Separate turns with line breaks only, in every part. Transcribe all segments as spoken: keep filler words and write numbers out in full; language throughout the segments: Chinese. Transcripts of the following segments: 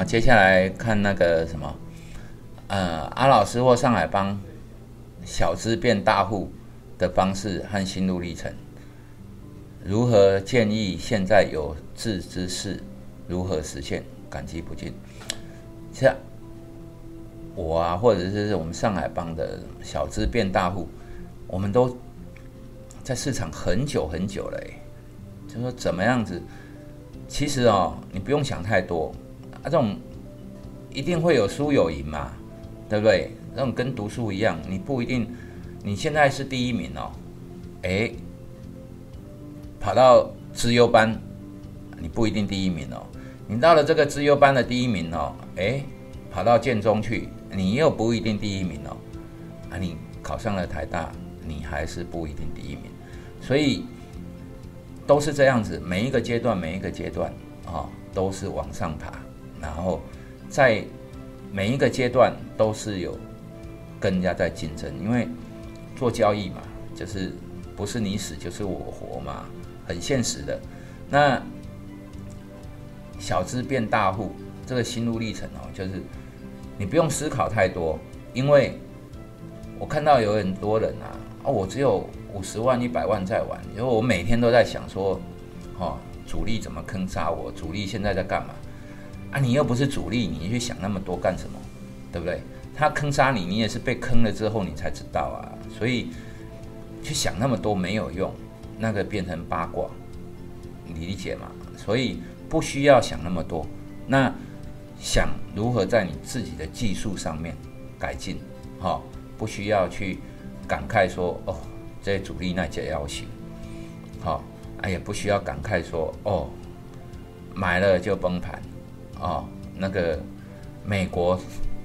啊，接下来看那个什么，呃，阿老师或上海帮小资变大户的方式和心路历程，如何建议现在有志之士如何实现，感激不尽。其实我啊，或者是我们上海帮的小资变大户，我们都在市场很久很久了，就说怎么样子。其实哦，你不用想太多啊，这种一定会有输有赢嘛，对不对？这种跟读书一样，你不一定你现在是第一名哦，哎，跑到资优班，你不一定第一名哦。你到了这个资优班的第一名哦，哎，跑到建中去，你又不一定第一名哦。啊，你考上了台大，你还是不一定第一名，所以。都是这样子，每一个阶段，每一个阶段啊、哦，都是往上爬，然后在每一个阶段都是有跟人家在竞争，因为做交易嘛，就是不是你死就是我活嘛，很现实的。那小资变大户这个心路历程哦，就是你不用思考太多，因为我看到有很多人啊，哦，我只有五十万、一百万在玩，因为我每天都在想说，哦，主力怎么坑杀我？主力现在在干嘛？啊，你又不是主力，你去想那么多干什么？对不对？他坑杀你，你也是被坑了之后你才知道啊。所以去想那么多没有用，那个变成八卦，你理解吗？所以不需要想那么多，那想如何在你自己的技术上面改进，哦，不需要去感慨说哦。这主力那些要求，好、哦，哎也不需要感慨说哦，买了就崩盘，哦，那个美国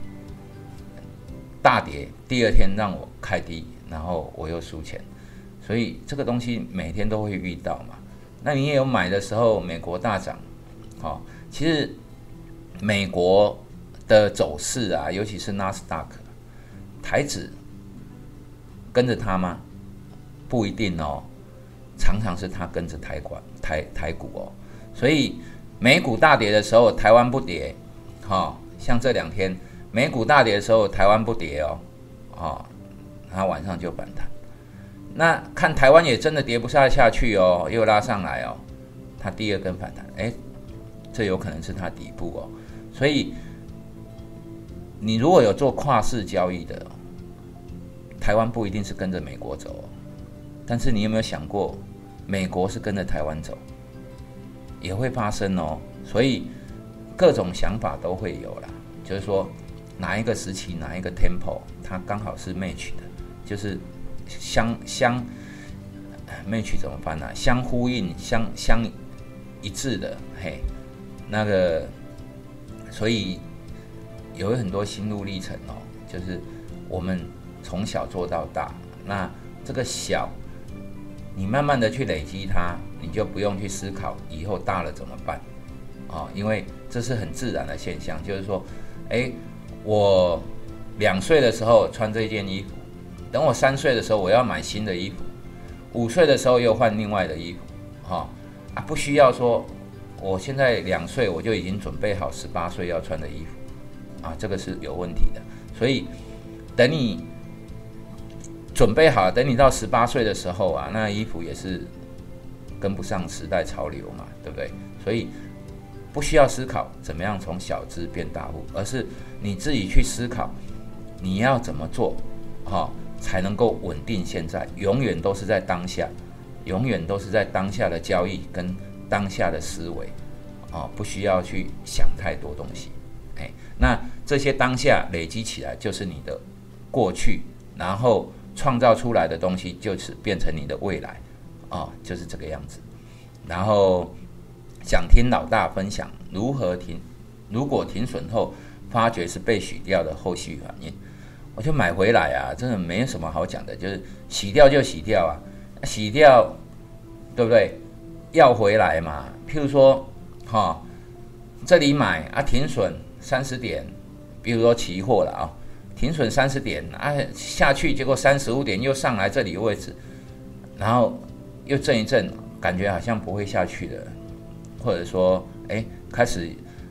大跌，第二天让我开低，然后我又输钱，所以这个东西每天都会遇到嘛。那你也有买的时候，美国大涨，好、哦，其实美国的走势啊，尤其是纳斯达克、台指，跟着它吗？不一定哦，常常是他跟着台股台台股哦，所以美股大跌的时候，台湾不跌，哈、哦，像这两天美股大跌的时候，台湾不跌哦，哦，它晚上就反弹。那看台湾也真的跌不下下去哦，又拉上来哦，它第二根反弹，哎，这有可能是它底部哦，所以你如果有做跨市交易的，台湾不一定是跟着美国走哦。但是你有没有想过，美国是跟着台湾走，也会发生哦。所以各种想法都会有啦，就是说哪一个时期哪一个 tempo 它刚好是 match 的，就是相相 match 怎么翻呢、啊？相呼应、相相一致的，嘿，那个，所以有很多心路历程哦，就是我们从小做到大，那这个小。你慢慢的去累积它，你就不用去思考以后大了怎么办，哦，因为这是很自然的现象。就是说，哎，我两岁的时候穿这件衣服，等我三岁的时候我要买新的衣服，五岁的时候又换另外的衣服，哈、哦、啊，不需要说我现在两岁我就已经准备好十八岁要穿的衣服，啊，这个是有问题的。所以等你。准备好，等你到十八岁的时候啊，那衣服也是跟不上时代潮流嘛，对不对？所以不需要思考怎么样从小资变大户，而是你自己去思考你要怎么做，哦，才能够稳定现在。永远都是在当下，永远都是在当下的交易跟当下的思维，哦，不需要去想太多东西。哎，那这些当下累积起来就是你的过去，然后。创造出来的东西就是变成你的未来，哦，就是这个样子。然后想听老大分享如何停，如果停损后发觉是被洗掉的后续反应，我就买回来啊，真的没有什么好讲的，就是洗掉就洗掉啊，洗掉，对不对？要回来嘛。譬如说，哈、哦，这里买啊，停损三十点，比如说期货了啊。停损三十点啊，下去结果三十五点又上来这里位置，然后又震一震，感觉好像不会下去的，或者说，哎，开始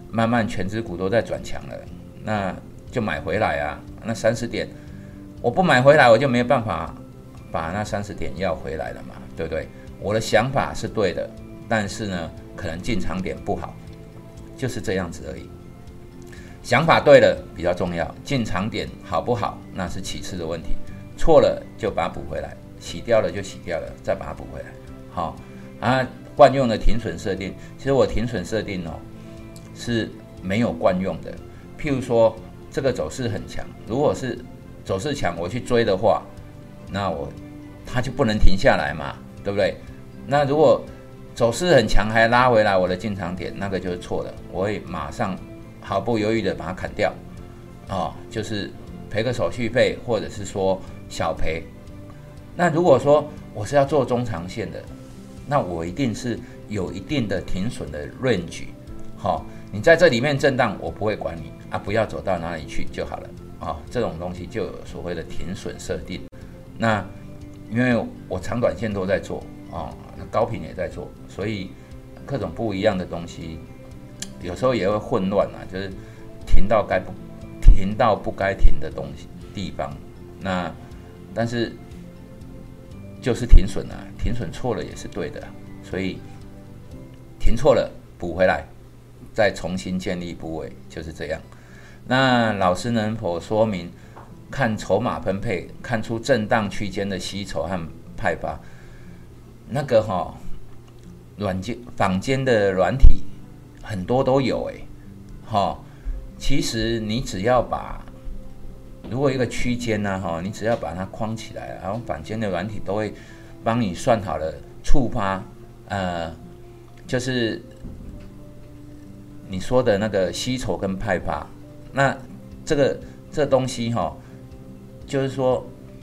慢慢全指股都在转强了，那就买回来啊。那三十点我不买回来，我就没办法把那三十点要回来了嘛，对不对？我的想法是对的，但是呢，可能进场点不好，就是这样子而已。想法对了比较重要，进场点好不好那是其次的问题。错了就把它补回来，洗掉了就洗掉了，再把它补回来。好啊，惯用的停损设定，其实我停损设定哦是没有惯用的。譬如说这个走势很强，如果是走势强我去追的话，那我它就不能停下来嘛，对不对？那如果走势很强还拉回来我的进场点，那个就是错的，我会马上毫不犹豫的把它砍掉，哦，就是赔个手续费，或者是说小赔。那如果说我是要做中长线的，那我一定是有一定的停损的 range， 好、哦，你在这里面震荡，我不会管你啊，不要走到哪里去就好了啊、哦。这种东西就有所谓的停损设定。那因为我长短线都在做啊、哦，高频也在做，所以各种不一样的东西。有时候也会混乱啊，就是停到该不停到不该停的东西地方，那但是就是停损啊，停损错了也是对的，所以停错了补回来，再重新建立部位，就是这样。那老师能否说明看筹码分配看出震荡区间的吸筹和派发？那个哈、哦，软件坊间的软体。很多都有诶、欸哦，其实你只要把，如果一个区间呢，哈，你只要把它框起来，然后坊间的软体都会帮你算好了触发，呃，就是你说的那个吸筹跟派发，那这个这东西哈、哦，就是说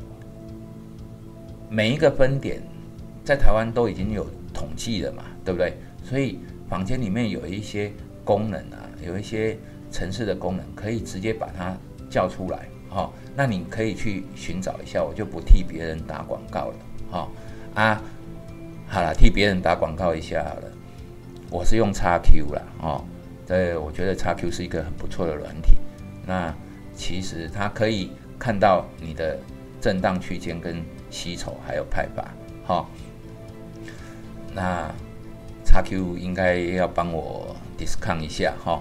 每一个分点在台湾都已经有统计了嘛，对不对？所以坊间里面有一些功能啊，有一些程式的功能，可以直接把它叫出来，哦，那你可以去寻找一下，我就不替别人打广告了，哦啊，好了，替别人打广告一下好了，我是用 X Q 啦，哦，对，我觉得 X Q 是一个很不错的软体，那其实它可以看到你的震荡区间跟吸筹还有派发，哦，那。X Q 应该要帮我 discount 一下哈，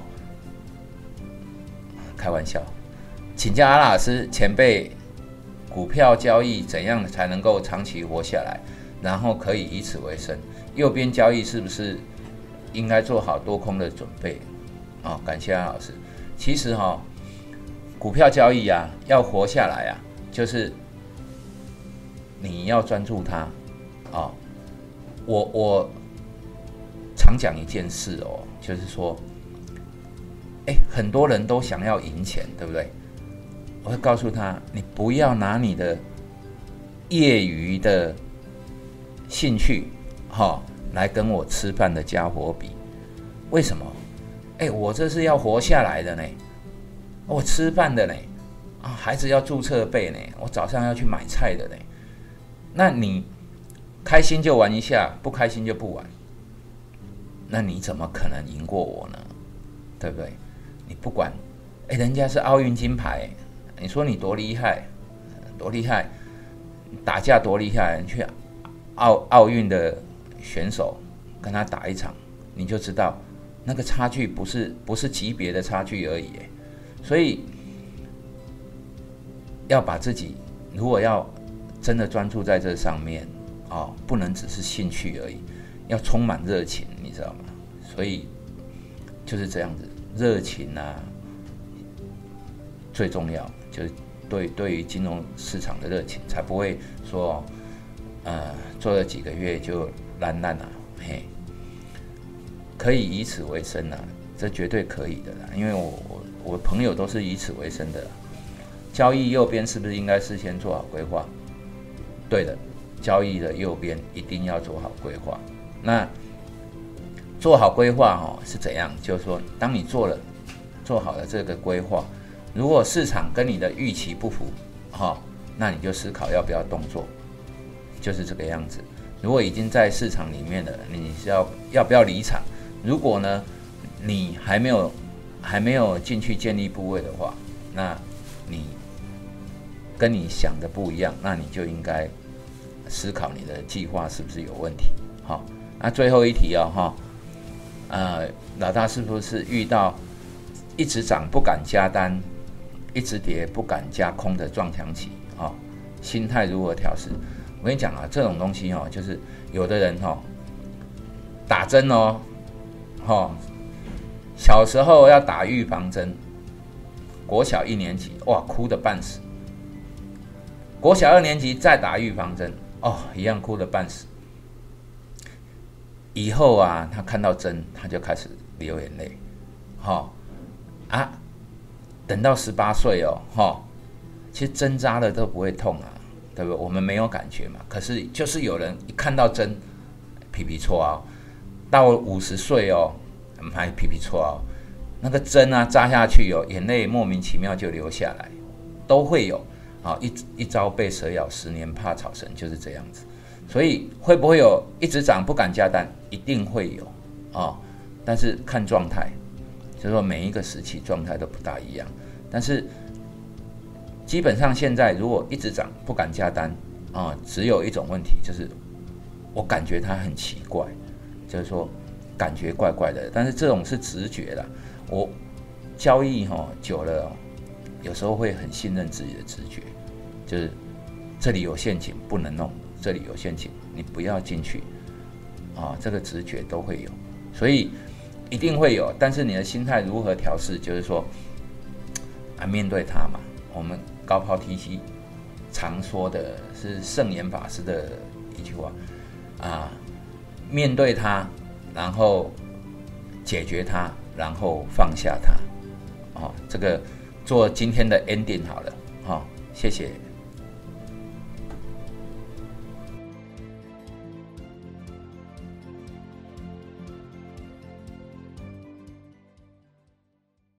开玩笑。请教阿老师，前辈，股票交易怎样才能够长期活下来，然后可以以此为生？右边交易是不是应该做好多空的准备？哦，感谢阿老师。其实哈、哦，股票交易啊，要活下来啊，就是你要专注它。哦，我我。常讲一件事哦，就是说，哎，很多人都想要赢钱，对不对？我会告诉他，你不要拿你的业余的兴趣，哈、哦，来跟我吃饭的家伙比。为什么？哎，我这是要活下来的呢，我吃饭的呢，啊，孩子要注册费呢，我早上要去买菜的呢。那你开心就玩一下，不开心就不玩。那你怎么可能赢过我呢？对不对？你不管，哎，人家是奥运金牌，你说你多厉害，多厉害，打架多厉害，你去奥奥运的选手跟他打一场，你就知道那个差距不是不是级别的差距而已。所以要把自己，如果要真的专注在这上面，哦，不能只是兴趣而已。要充满热情，你知道吗？所以就是这样子，热情啊最重要，就是对对于金融市场的热情，才不会说，呃，做了几个月就烂烂啊，嘿，可以以此为生啊，这绝对可以的啦，因为我我我朋友都是以此为生的啦。交易右边是不是应该事先做好规划？对的，交易的右边一定要做好规划。那做好规划哦是怎样？就是说，当你做了做好了这个规划，如果市场跟你的预期不符，哈、哦，那你就思考要不要动作，就是这个样子。如果已经在市场里面了，你是要要不要离场？如果呢，你还没有还没有进去建立部位的话，那你跟你想的不一样，那你就应该思考你的计划是不是有问题。好，那最后一题哦，哈，呃，老大是不是遇到一直涨不敢加单，一直跌不敢加空的撞墙期？哦，心态如何调试？我跟你讲啊，这种东西哦，就是有的人哦，打针哦，哦，小时候要打预防针，国小一年级哇，哭得半死；国小二年级再打预防针，哦，一样哭得半死。以后啊，他看到针，他就开始流眼泪，哈、哦、啊，等到十八岁哦，哈、哦，其实针扎了都不会痛啊，对不对？我们没有感觉嘛，可是就是有人一看到针，皮皮搓啊，到五十岁哦，还皮皮搓啊，那个针啊扎下去哦，眼泪莫名其妙就流下来，都会有啊，一一朝被蛇咬，十年怕草绳，就是这样子。所以会不会有一直涨不敢加单？一定会有啊、哦，但是看状态，就是说每一个时期状态都不大一样。但是基本上现在如果一直涨不敢加单啊、哦，只有一种问题，就是我感觉它很奇怪，就是说感觉怪怪的。但是这种是直觉啦，我交易哈、哦、久了、哦，有时候会很信任自己的直觉，就是这里有陷阱不能弄。这里有陷阱，你不要进去啊！这个直觉都会有，所以一定会有。但是你的心态如何调试，就是说啊，面对它嘛。我们高抛 T C 常说的是圣严法师的一句话啊，面对它，然后解决它，然后放下它。哦，这个做今天的 ending 好了，好、哦，谢谢。